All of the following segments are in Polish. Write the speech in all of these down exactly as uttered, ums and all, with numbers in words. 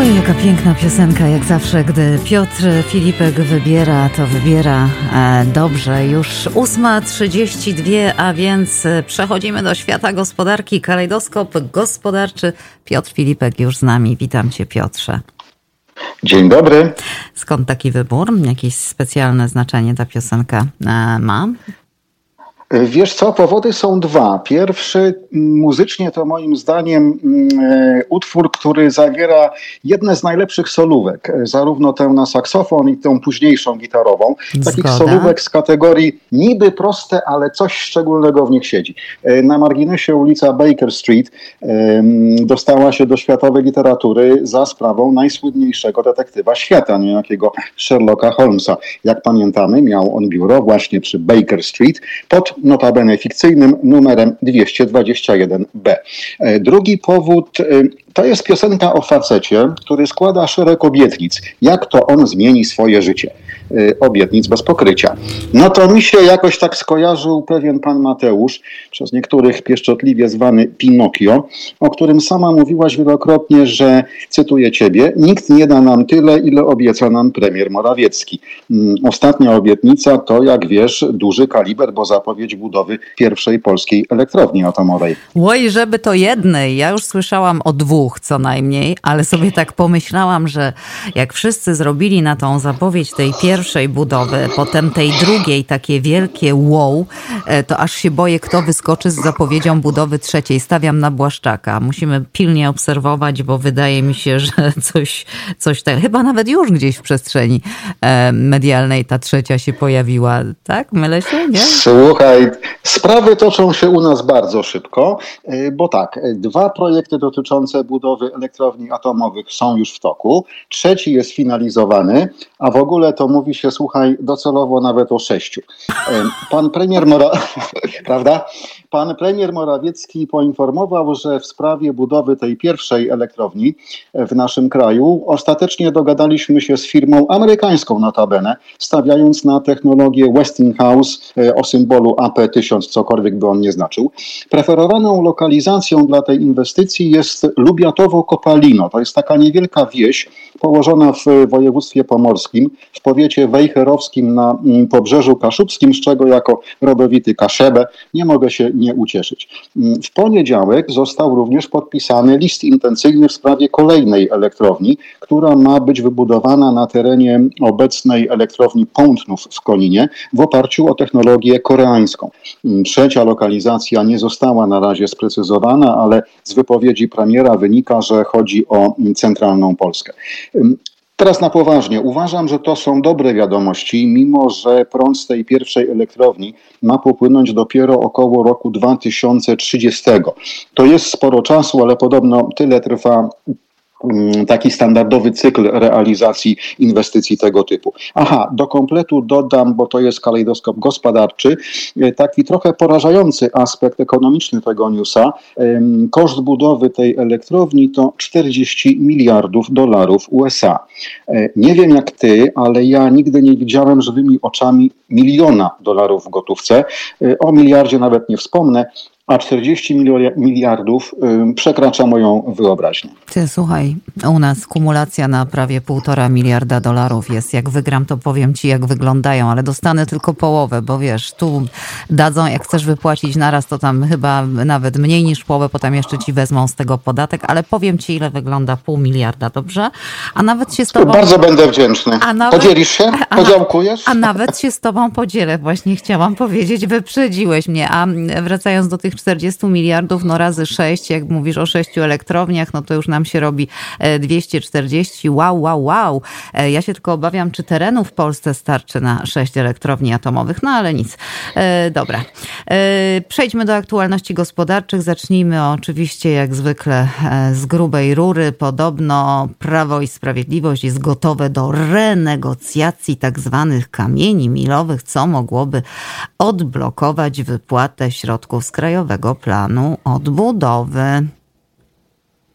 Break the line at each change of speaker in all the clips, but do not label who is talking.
Ojej, jaka piękna piosenka, jak zawsze, gdy Piotr Filipek wybiera, to wybiera e, dobrze. Już ósma trzydzieści dwa, a więc przechodzimy do świata gospodarki. Kalejdoskop gospodarczy. Piotr Filipek już z nami. Witam cię, Piotrze.
Dzień dobry.
Skąd taki wybór? Jakieś specjalne znaczenie ta piosenka e, ma?
Wiesz co, powody są dwa. Pierwszy, muzycznie to moim zdaniem e, utwór, który zawiera jedne z najlepszych solówek. Zarówno tę na saksofon i tę późniejszą gitarową.
Zgoda.
Takich solówek z kategorii niby proste, ale coś szczególnego w nich siedzi. E, na marginesie ulica Baker Street e, dostała się do światowej literatury za sprawą najsłynniejszego detektywa świata, niejakiego Sherlocka Holmesa. Jak pamiętamy, miał on biuro właśnie przy Baker Street pod notabene fikcyjnym numerem dwieście dwadzieścia jeden B. Drugi powód to jest piosenka o facecie, który składa szereg obietnic, jak to on zmieni swoje życie. Obietnic bez pokrycia. No to mi się jakoś tak skojarzył pewien pan Mateusz, przez niektórych pieszczotliwie zwany Pinokio, o którym sama mówiłaś wielokrotnie, że, cytuję ciebie, nikt nie da nam tyle, ile obieca nam premier Morawiecki. Ostatnia obietnica to, jak wiesz, duży kaliber, bo zapowiedź budowy pierwszej polskiej elektrowni atomowej.
Oj, żeby to jednej. Ja już słyszałam o dwóch co najmniej, ale sobie tak pomyślałam, że jak wszyscy zrobili na tą zapowiedź tej pierwszej pierwszej budowy, potem tej drugiej, takie wielkie wow, to aż się boję, kto wyskoczy z zapowiedzią budowy trzeciej. Stawiam na Błaszczaka. Musimy pilnie obserwować, bo wydaje mi się, że coś, coś tak, chyba nawet już gdzieś w przestrzeni medialnej ta trzecia się pojawiła. Tak? Mylę się, nie?
Słuchaj, sprawy toczą się u nas bardzo szybko, bo tak, dwa projekty dotyczące budowy elektrowni atomowych są już w toku, trzeci jest finalizowany, a w ogóle to mówi się, słuchaj, docelowo nawet o sześciu. Pan premier Mora... Prawda? Pan premier Morawiecki poinformował, że w sprawie budowy tej pierwszej elektrowni w naszym kraju ostatecznie dogadaliśmy się z firmą amerykańską notabene, stawiając na technologię Westinghouse o symbolu A P tysiąc, cokolwiek by on nie znaczył. Preferowaną lokalizacją dla tej inwestycji jest Lubiatowo-Kopalino. To jest taka niewielka wieś położona w województwie pomorskim, w powiecie wejherowskim na Pobrzeżu Kaszubskim, z czego jako rodowity Kaszebę nie mogę się nie ucieszyć. W poniedziałek został również podpisany list intencyjny w sprawie kolejnej elektrowni, która ma być wybudowana na terenie obecnej elektrowni Pątnów w Koninie w oparciu o technologię koreańską. Trzecia lokalizacja nie została na razie sprecyzowana, ale z wypowiedzi premiera wynika, że chodzi o centralną Polskę. Teraz na poważnie. Uważam, że to są dobre wiadomości, mimo że prąd z tej pierwszej elektrowni ma popłynąć dopiero około roku dwa tysiące trzydziestego. To jest sporo czasu, ale podobno tyle trwa taki standardowy cykl realizacji inwestycji tego typu. Aha, do kompletu dodam, bo to jest kalejdoskop gospodarczy, taki trochę porażający aspekt ekonomiczny tego newsa. Koszt budowy tej elektrowni to czterdzieści miliardów dolarów U S A. Nie wiem jak ty, ale ja nigdy nie widziałem żywymi oczami miliona dolarów w gotówce. O miliardzie nawet nie wspomnę. A czterdzieści miliardów y, przekracza moją wyobraźnię.
Ty, słuchaj, u nas kumulacja na prawie półtora miliarda dolarów jest. Jak wygram, to powiem ci, jak wyglądają, ale dostanę tylko połowę, bo wiesz, tu dadzą, jak chcesz wypłacić naraz, to tam chyba nawet mniej niż połowę, potem jeszcze ci wezmą z tego podatek, ale powiem ci, ile wygląda pół miliarda, dobrze? A nawet się z tobą...
Bardzo będę wdzięczny. A nawet... Podzielisz się? Podziałkujesz?
A, a nawet się z tobą podzielę, właśnie chciałam powiedzieć, wyprzedziłeś mnie. A wracając do tych czterdziestu miliardów, no razy sześć, jak mówisz o sześciu elektrowniach, no to już nam się robi dwieście czterdzieści. Wow, wow, wow. Ja się tylko obawiam, czy terenu w Polsce starczy na sześć elektrowni atomowych, no ale nic. Dobra. Przejdźmy do aktualności gospodarczych. Zacznijmy oczywiście jak zwykle z grubej rury. Podobno Prawo i Sprawiedliwość jest gotowe do renegocjacji tak zwanych kamieni milowych, co mogłoby odblokować wypłatę środków z Krajowego Planu Odbudowy.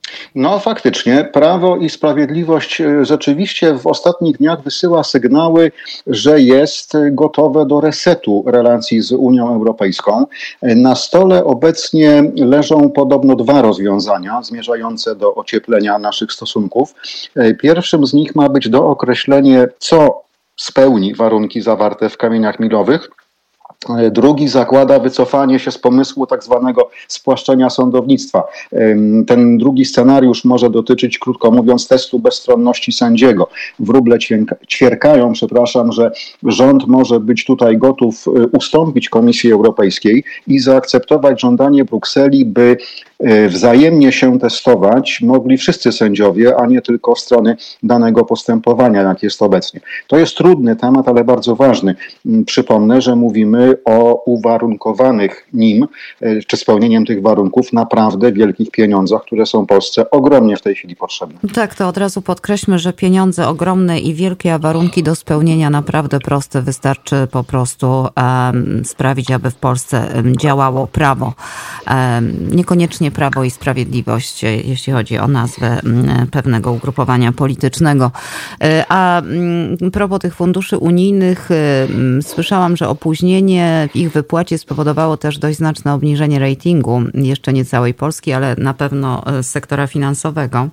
No faktycznie, Prawo i Sprawiedliwość rzeczywiście w ostatnich dniach wysyła sygnały, że jest gotowe do resetu relacji z Unią Europejską. Na stole obecnie leżą podobno dwa rozwiązania zmierzające do ocieplenia naszych stosunków. Pierwszym z nich ma być dookreślenie, co spełni warunki zawarte w kamieniach milowych. Drugi zakłada wycofanie się z pomysłu tak zwanego spłaszczenia sądownictwa. Ten drugi scenariusz może dotyczyć, krótko mówiąc, testu bezstronności sędziego. Wróble ćwierkają, przepraszam, że rząd może być tutaj gotów ustąpić Komisji Europejskiej i zaakceptować żądanie Brukseli, by wzajemnie się testować mogli wszyscy sędziowie, a nie tylko strony danego postępowania, jak jest obecnie. To jest trudny temat, ale bardzo ważny. Przypomnę, że mówimy o uwarunkowanych nim, czy spełnieniem tych warunków, naprawdę wielkich pieniądzach, które są Polsce ogromnie w tej chwili potrzebne.
Tak, to od razu podkreślmy, że pieniądze ogromne i wielkie, a warunki do spełnienia naprawdę proste. Wystarczy po prostu um, sprawić, aby w Polsce działało prawo. Um, niekoniecznie Prawo i Sprawiedliwość, jeśli chodzi o nazwę pewnego ugrupowania politycznego. A propos tych funduszy unijnych, słyszałam, że opóźnienie w ich wypłacie spowodowało też dość znaczne obniżenie ratingu, jeszcze nie całej Polski, ale na pewno sektora finansowego.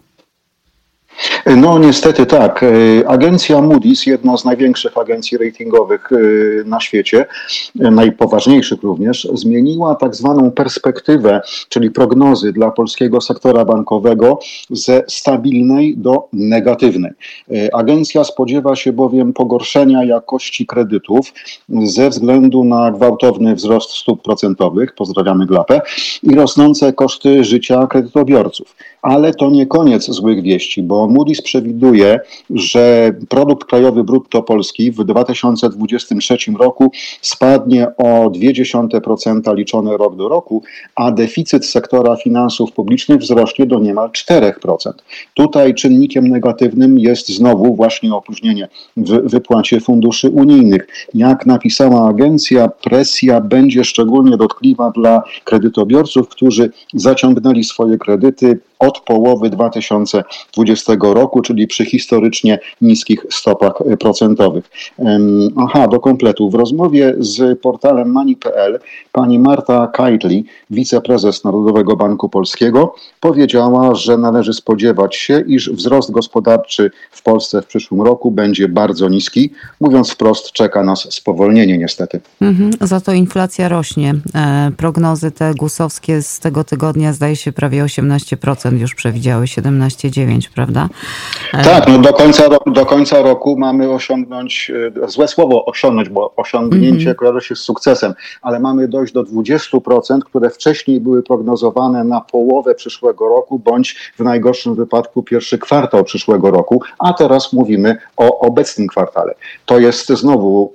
No niestety tak. Agencja Moody's, jedna z największych agencji ratingowych na świecie, najpoważniejszych również, zmieniła tak zwaną perspektywę, czyli prognozy dla polskiego sektora bankowego ze stabilnej do negatywnej. Agencja spodziewa się bowiem pogorszenia jakości kredytów ze względu na gwałtowny wzrost stóp procentowych, pozdrawiamy Glapę, i rosnące koszty życia kredytobiorców. Ale to nie koniec złych wieści, bo Moody's przewiduje, że produkt krajowy brutto Polski w dwa tysiące dwudziestym trzecim roku spadnie o zero przecinek dwa procent liczone rok do roku, a deficyt sektora finansów publicznych wzrośnie do niemal cztery procent. Tutaj czynnikiem negatywnym jest znowu właśnie opóźnienie w wypłacie funduszy unijnych. Jak napisała agencja, presja będzie szczególnie dotkliwa dla kredytobiorców, którzy zaciągnęli swoje kredyty od połowy dwa tysiące dwudziestego roku, czyli przy historycznie niskich stopach procentowych. Aha, do kompletu. W rozmowie z portalem Money kropka p l pani Marta Keitel, wiceprezes Narodowego Banku Polskiego, powiedziała, że należy spodziewać się, iż wzrost gospodarczy w Polsce w przyszłym roku będzie bardzo niski. Mówiąc wprost, czeka nas spowolnienie niestety.
Mhm, za to inflacja rośnie. E, prognozy te gusowskie z tego tygodnia zdaje się prawie osiemnaście procent już przewidziały, siedemnaście przecinek dziewięć, prawda? E... Tak,
no do końca, do końca roku mamy osiągnąć, złe słowo osiągnąć, bo osiągnięcie mm-hmm. kojarzy się z sukcesem, ale mamy dojść do dwudziestu procent, które wcześniej były prognozowane na połowę przyszłego roku, bądź w najgorszym wypadku pierwszy kwartał przyszłego roku, a teraz mówimy o obecnym kwartale. To jest znowu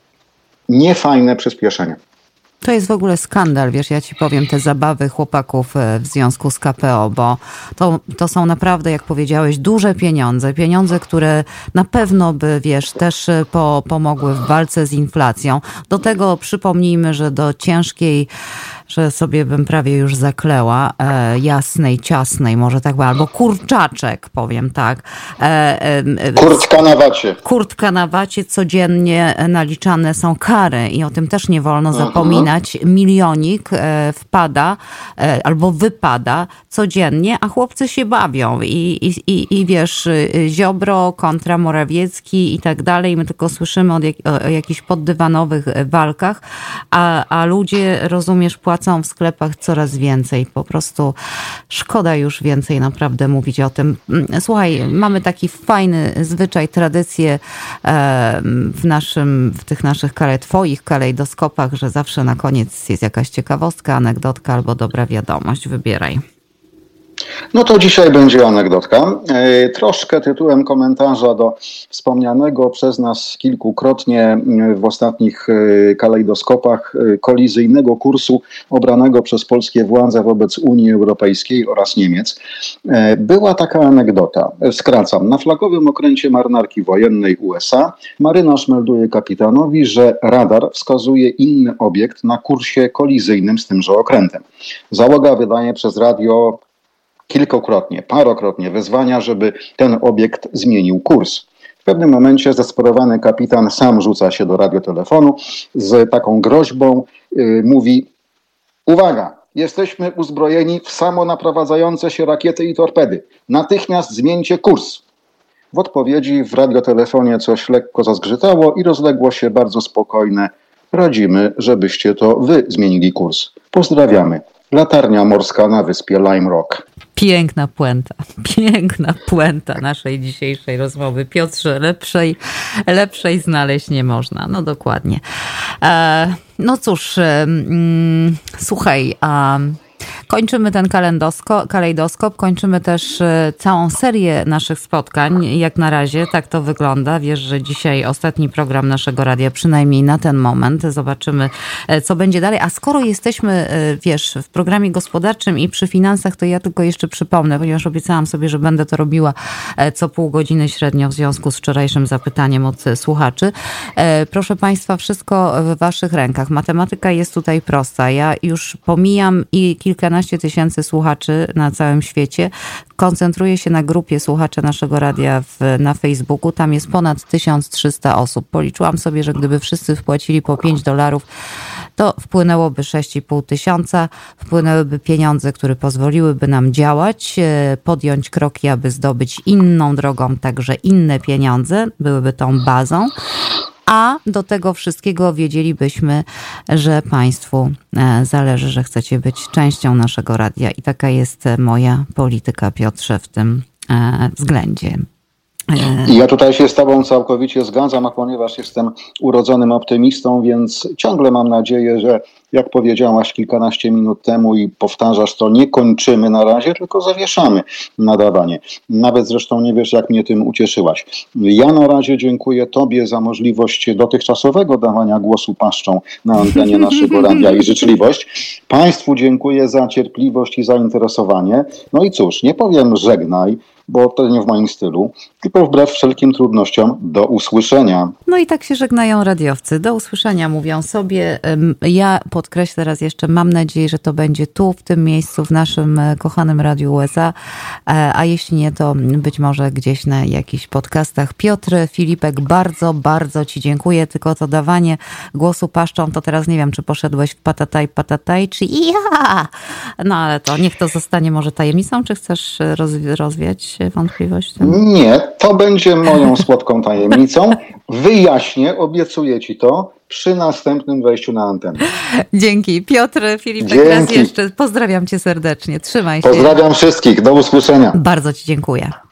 niefajne przyspieszenie.
To jest w ogóle skandal, wiesz, ja ci powiem, te zabawy chłopaków w związku z K P O, bo to, to są naprawdę, jak powiedziałeś, duże pieniądze, pieniądze, które na pewno by, wiesz, też po, pomogły w walce z inflacją. Do tego przypomnijmy, że do ciężkiej, że sobie bym prawie już zakleła, e, jasnej, ciasnej, może tak, albo kurczaczek, powiem tak. E,
e, kurtka na wacie.
Kurtka na wacie, codziennie naliczane są kary i o tym też nie wolno zapominać. Milionik e, wpada e, albo wypada codziennie, a chłopcy się bawią i, i, i, i wiesz, Ziobro kontra Morawiecki i tak dalej. My tylko słyszymy o, jak, o jakichś poddywanowych walkach, a, a ludzie, rozumiesz, płacą w sklepach coraz więcej. Po prostu szkoda już więcej naprawdę mówić o tym. Słuchaj, mamy taki fajny zwyczaj, tradycję e, w naszym, w tych naszych kale, twoich kalejdoskopach, że zawsze na koniec jest jakaś ciekawostka, anegdotka albo dobra wiadomość. Wybieraj.
No to dzisiaj będzie anegdotka. E, troszkę tytułem komentarza do wspomnianego przez nas kilkukrotnie w ostatnich kalejdoskopach kolizyjnego kursu obranego przez polskie władze wobec Unii Europejskiej oraz Niemiec. E, była taka anegdota. Skracam. Na flagowym okręcie marynarki wojennej U S A marynarz melduje kapitanowi, że radar wskazuje inny obiekt na kursie kolizyjnym z tymże okrętem. Załoga wydaje przez radio: kilkukrotnie, parokrotnie wezwania, żeby ten obiekt zmienił kurs. W pewnym momencie zdesperowany kapitan sam rzuca się do radiotelefonu z taką groźbą, yy, mówi: uwaga, jesteśmy uzbrojeni w samonaprowadzające się rakiety i torpedy. Natychmiast zmieńcie kurs. W odpowiedzi w radiotelefonie coś lekko zazgrzytało i rozległo się bardzo spokojne: radzimy, żebyście to wy zmienili kurs. Pozdrawiamy. Latarnia morska na wyspie Lime Rock.
Piękna puenta, piękna puenta naszej dzisiejszej rozmowy. Piotrze, lepszej, lepszej znaleźć nie można. No dokładnie. E, no cóż, e, mm, słuchaj, a kończymy ten kalejdoskop, kalejdoskop, kończymy też całą serię naszych spotkań. Jak na razie tak to wygląda. Wiesz, że dzisiaj ostatni program naszego radia, przynajmniej na ten moment. Zobaczymy, co będzie dalej. A skoro jesteśmy, wiesz, w programie gospodarczym i przy finansach, to ja tylko jeszcze przypomnę, ponieważ obiecałam sobie, że będę to robiła co pół godziny średnio w związku z wczorajszym zapytaniem od słuchaczy. Proszę Państwa, wszystko w Waszych rękach. Matematyka jest tutaj prosta. Ja już pomijam i kilkanaście tysięcy słuchaczy na całym świecie. Koncentruję się na grupie słuchaczy naszego radia w, na Facebooku. Tam jest ponad tysiąc trzysta osób. Policzyłam sobie, że gdyby wszyscy wpłacili po pięć dolarów, to wpłynęłoby sześć i pół tysiąca. Wpłynęłyby pieniądze, które pozwoliłyby nam działać, podjąć kroki, aby zdobyć inną drogą także inne pieniądze. Byłyby tą bazą. A do tego wszystkiego wiedzielibyśmy, że Państwu zależy, że chcecie być częścią naszego radia. I taka jest moja polityka, Piotrze, w tym względzie.
I ja tutaj się z Tobą całkowicie zgadzam, a ponieważ jestem urodzonym optymistą, więc ciągle mam nadzieję, że jak powiedziałaś kilkanaście minut temu i powtarzasz to, nie kończymy na razie, tylko zawieszamy nadawanie. Nawet zresztą nie wiesz, jak mnie tym ucieszyłaś. Ja na razie dziękuję Tobie za możliwość dotychczasowego dawania głosu paszczą na antenie naszego radia i życzliwość. Państwu dziękuję za cierpliwość i zainteresowanie. No i cóż, nie powiem żegnaj, bo to nie w moim stylu, tylko wbrew wszelkim trudnościom, do usłyszenia.
No i tak się żegnają radiowcy. Do usłyszenia mówią sobie. Ja podkreślę raz jeszcze, mam nadzieję, że to będzie tu, w tym miejscu, w naszym kochanym Radiu U S A, a jeśli nie, to być może gdzieś na jakichś podcastach. Piotr Filipek, bardzo, bardzo Ci dziękuję, tylko to dawanie głosu paszczą, to teraz nie wiem, czy poszedłeś w patataj, patataj, czy ja. No ale to niech to zostanie może tajemnicą, czy chcesz rozwi- rozwiać wątpliwość?
Nie, to będzie moją słodką tajemnicą. Wyjaśnię, obiecuję Ci to przy następnym wejściu na antenę.
Dzięki. Piotr Filipek,
Dzięki.
Raz jeszcze pozdrawiam Cię serdecznie. Trzymaj się.
Pozdrawiam wszystkich. Do usłyszenia.
Bardzo Ci dziękuję.